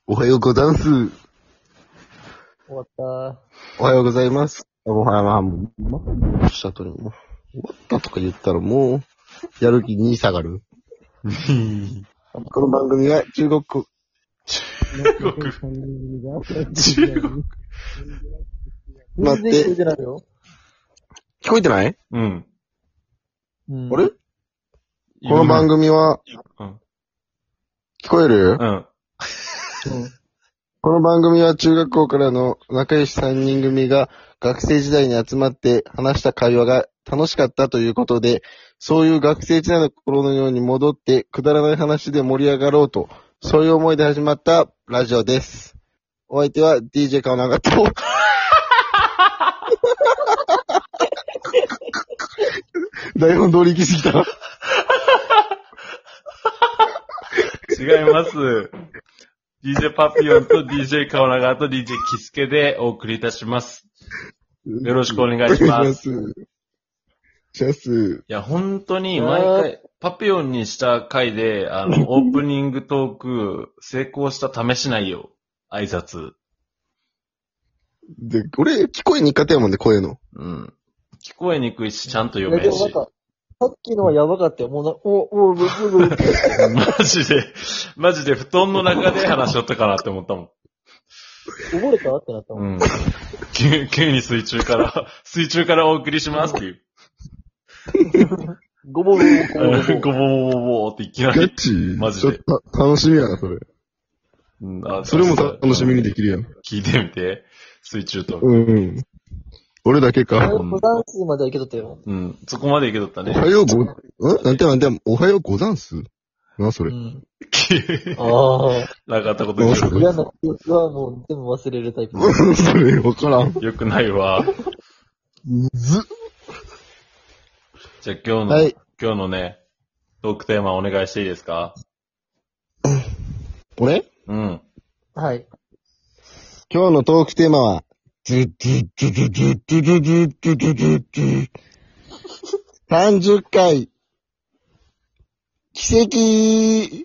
おはようござんす。 終わった。 おはようございます。もう、した後にもう、終わったとか言ったらもう、やる気に下がる。この番組は中国、待って、 全然聞こえてないよ。 聞こえてない？ うん。 あれこの番組は、 うん。 聞こえる？ うん。 この番組は中学校からの仲良し3人組が学生時代に集まって話した会話が楽しかったということで、そういう学生時代の頃のように戻ってくだらない話で盛り上がろうと、そういう思いで始まったラジオです。お相手は DJ 顔長と、台本通り行きすぎた。 違います。DJ パピヨンと DJ カオナガと DJ キスケでお送りいたします。よろしくお願いします。 シャス。 いや、本当に毎回、パピヨンにした回で、オープニングトーク、成功した試しないよ。挨拶。 で、俺、聞こえにくかったやもんね、声の。 うん。聞こえにくいし、ちゃんと読めんし。 いやでもなんか、さっきのはやばかったよ。もう、 マジで布団の中で話しよったかなって思ったもん。 溺れたってなったもん。 うん。急に水中からお送りしますっていう。 ごぼう。 ごぼぼぼぼっていきなり。マジで。 ちょっと楽しみやな、それ。 うん、 それも楽しみにできるやん。 聞いてみて。水中と。 うん。俺だけか。 ござんすまではいけとったよ。 うん。そこまでいけとったね。 おはようなんて、おはようござんすな、それ。 うん。ああ。 なかったことにしよ嫌な記憶はもう全部忘れるタイプ。 それ、わからん。 よくないわ。 むずっ。 じゃあ今日のね、トークテーマお願いしていいですか？ 俺？ うん。 はい。 今日のトークテーマは、30回、奇跡。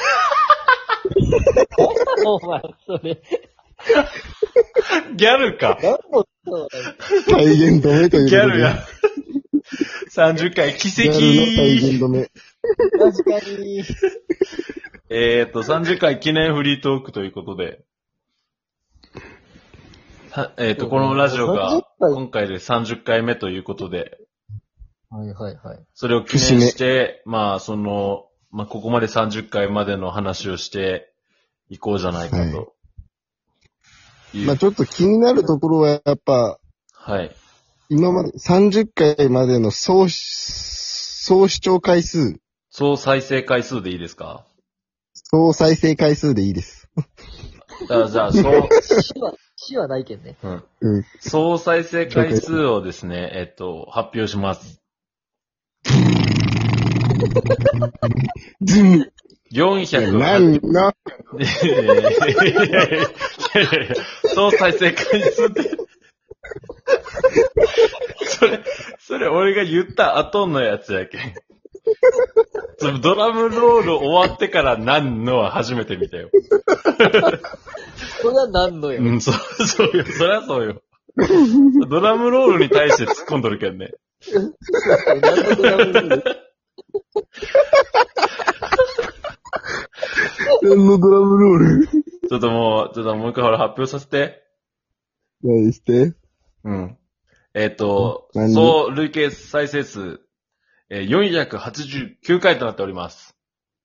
お前、それ。 ギャルか。 何のそう再現止めということで。 ギャルや。30回奇跡。 ギャルの再現止め。 確かに。 30回記念フリートークということで。このラジオが今回で30回目ということで。 はいはいはい。 それを記念して、ここまで30回までの話をしていこうじゃないかと。 ちょっと気になるところはやっぱ、 はい。 今まで30回までの総視聴回数。 総再生回数でいいですか？ 総再生回数でいいです。 じゃあ、 死はないけんね。 うん。 総再生回数をですね、発表します。400。 何の総再生回数って。それ俺が言った後のやつやけん。ドラムロール終わってから何のは初めて見たよ。 それは何のよ。 うん、そうよ。そりゃそうよ。ドラムロールに対して突っ込んどるけんね。 何のドラムロールちょっともう一回ほら発表させて。 何して？ うん。総累計再生数、489回となっております。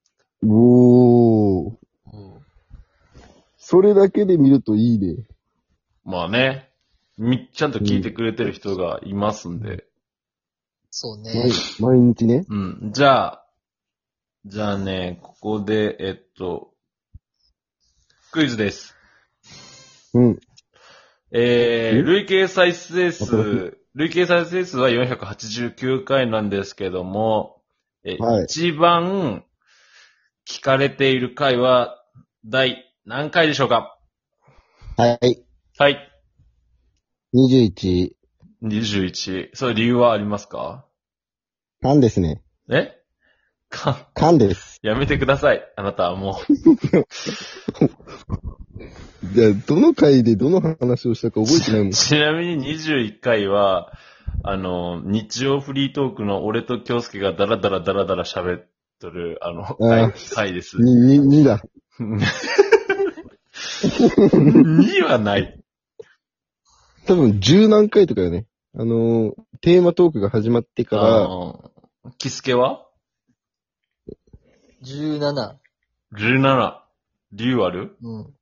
おー。それだけで見るといいね。 まあね。ちゃんと聞いてくれてる人がいますんで。 そうね。 毎日ね。 うん。じゃあね、ここで、クイズです。 うん。 累計再生数は489回なんですけども、 はい、 一番聞かれている回は第何回でしょうか？ はい。 はい。 21。 21。それ理由はありますか？ 勘ですね。 え？ 勘です。 やめてください。あなたはもう。 いや、どの回でどの話をしたか覚えてないもん。 ちなみに21回は、日曜フリートークの俺と京介がダラダラ喋っとる、回です。 2だ。 2はない。 多分10何回とかよね。テーマトークが始まってから、 キスケは 17。 17。理由ある？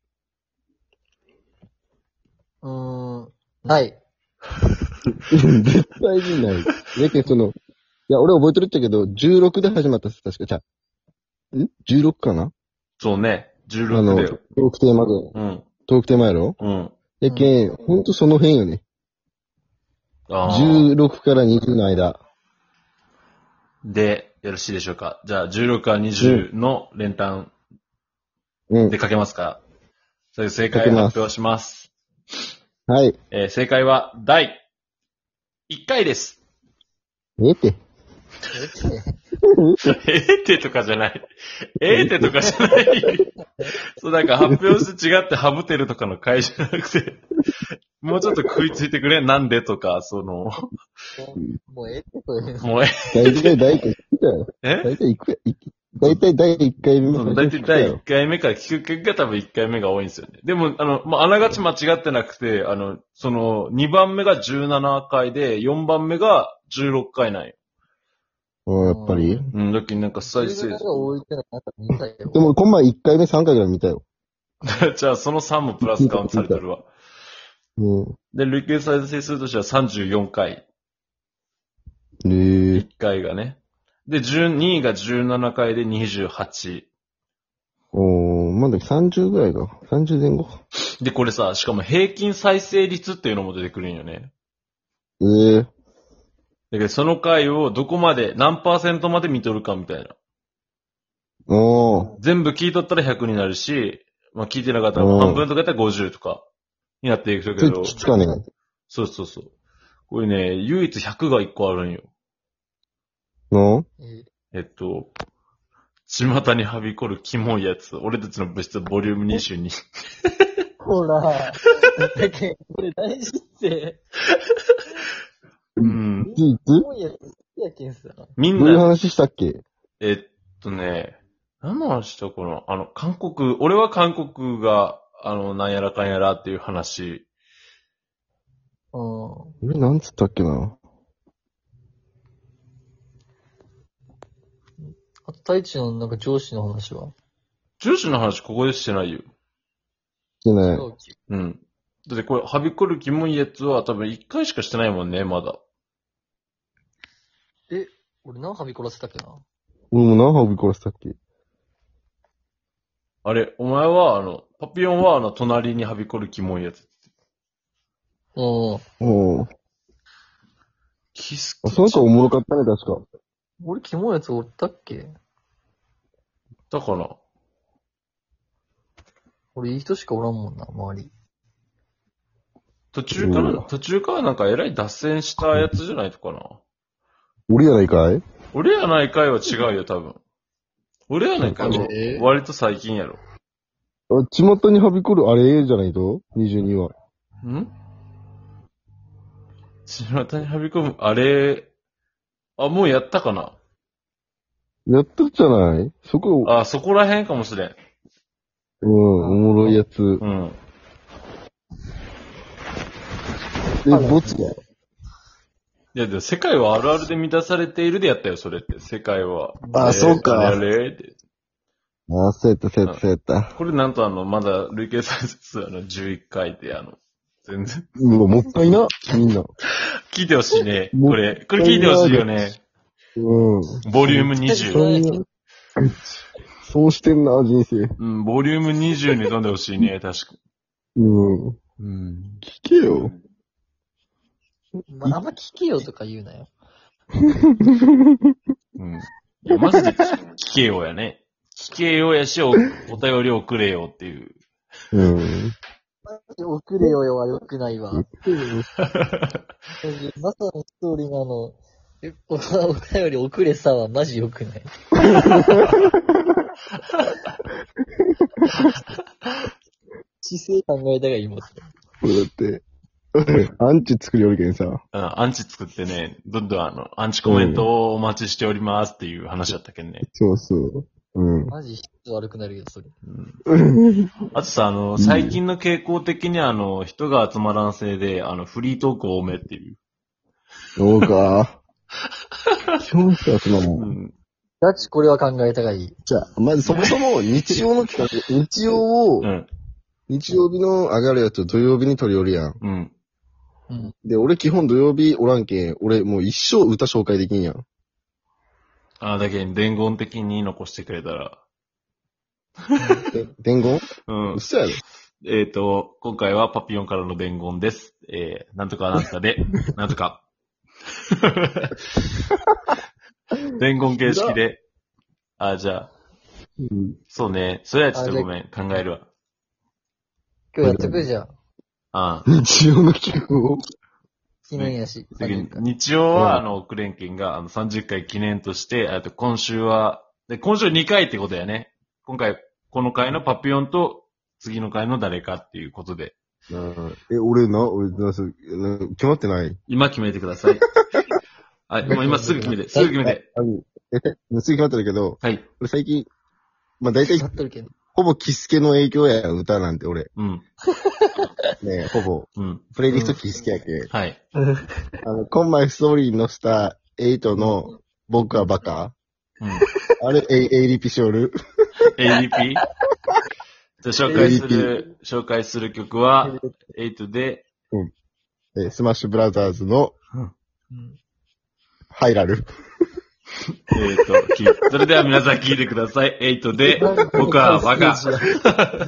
ない。 絶対にない。だけどいや、俺覚えてるっちゃけど、16で始まったっす、確か。16かな？ そうね。16だよ。 トークテーマで。 うん。 トークテーマやろ？ うん。 やけん、ほんとその辺よね。16から20の間。 で、よろしいでしょうか。じゃあ、16から20の連単で書けますか？それで正解を発表します。 はい。 正解は第1回です。 えってとかじゃない。とかじゃない。そう、なんか発表して違ってハブてるとかの回じゃなくて、もうちょっと食いついてくれ、なんでとか、 もうってというの。 もう大体第1回聞いたよ。大体大体第1回目も大体第1回目から聞く結果多分1回目が多いんですよね。でも、あながち間違ってなくて、2番目が17回で、4番目が16回なんよ。 やっぱりだっけなんか再生。 が多いってのなんか見たよ。 でも、この前1回目3回ぐらい見たよ。 じゃあ、その3もプラスカウントされてるわ。で、累計再生数としては34回。1回がね。で、2位が17回で28。 まだ30ぐらいか。30前後。 で、これさ、しかも平均再生率っていうのも出てくるんよね。だけど、その回をどこまで、何%まで見とるかみたいな。全部聞いとったら100になるし、まあ聞いてなかったら半分とかやったら50とかになっていくけど。 きつかね。 そうそうそう。これね、唯一100が1個あるんよ。巷にはびこるキモいやつ。俺たちの物質ボリューム22。 ほら。だけこれ大事って。 キモいやつ好きやけんさ。 みんな。 どういう話したっけ？ 何の話したかな？俺は韓国が、なんやらかんやらっていう話。 俺なんつったっけな。 あと、太一のなんか上司の話は？ 上司の話ここでしてないよ。 してない。 だってこれ、はびこるキモいやつは多分1回しかしてないもんね、まだ。 俺何はびこらせたっけな？ 俺も何はびこらせたっけ？ あれ、お前はパピヨンは隣にはびこるキモいやつ。キスケ。 その子おもろかったね、確か。 俺キモいやつおったっけ？ だから。 俺いい人しかおらんもんな、周り。 途中からなんかえらい脱線したやつじゃないとかな。 俺やないかい？ 俺やないかいは違うよ、多分。俺やないかいは割と最近やろ。 巷にはびこるあれじゃないと ?22 は。 巷にはびこるあれ、もうやったかな？ やったじゃないそこ。 そこら辺かもしれん。 おもろいやつ。ボツか。 いや、でも世界はあるあるで満たされているでやったよ、それって。世界は。 そうか。 あれって。 そうやった。 これなんとまだ累計再生数11回で全然。 もったいな、みんな。 聞いてほしいね。これ聞いてほしいよね。ボリューム20。 そうしてんな、人生。 ボリューム20に飛んでほしいね、確か。 聞けよ。 あんま聞けよとか言うなよ。 いや、マジで聞けよやね。聞けよやし、お便り送れよっていう。 送れよは良くないわ。まさのストーリーのお便り送れさはマジ良くない。 姿勢考えたがいいもん。 これだって、アンチ作りよるけんさ。 アンチ作ってね、どんどんアンチコメントをお待ちしておりますっていう話だったけんね。 そうそう。うん。 マジ質悪くなるよ、それ。 あとさ、最近の傾向的に人が集まらんせいで、フリートーク多めっていう。 そうか。基本しか集まら。 うんん。 ガチこれは考えたがいい。 じゃあ、まずそもそも日曜の企画、日曜を、 うん。 日曜日の上がるやつを土曜日に取り寄るやん。 うん。 うん。 で、俺基本土曜日おらんけん、俺もう一生歌紹介できんやん。 だけど、伝言的に残してくれたら。 伝言うん。 嘘やろ。 今回はパピヨンからの伝言です。なんとかなんとかで、なんとか。伝言形式で。じゃあ、 うん。 そうね。それはちょっとごめん。考えるわ。 今日やっとくじゃん。 あ日曜の企画を。 記念やし。 日曜は、クレンケンが、30回記念として、今週2回ってことやね。今回、この回のパピヨンと、次の回の誰かっていうことで。 俺決まってない今決めてください。はい、もう今すぐ決めて、すぐ決めて。 すぐ決まってるけど、 はい。 俺最近、まあ大体な、っとるけど。 ほぼキスケの影響や、歌なんて俺。 うん。 ねほぼ。 うん。 プレイリストキスケやけ。 はい。 コンマイストーリーに載せた8の僕はバカ。 うん。 あれ、エイリピショール。 ADP? じゃあ紹介する曲は、8で、 スマッシュブラザーズの、 うん。 ハイラル。 それでは皆さん聞いてください。8で、僕はバカ。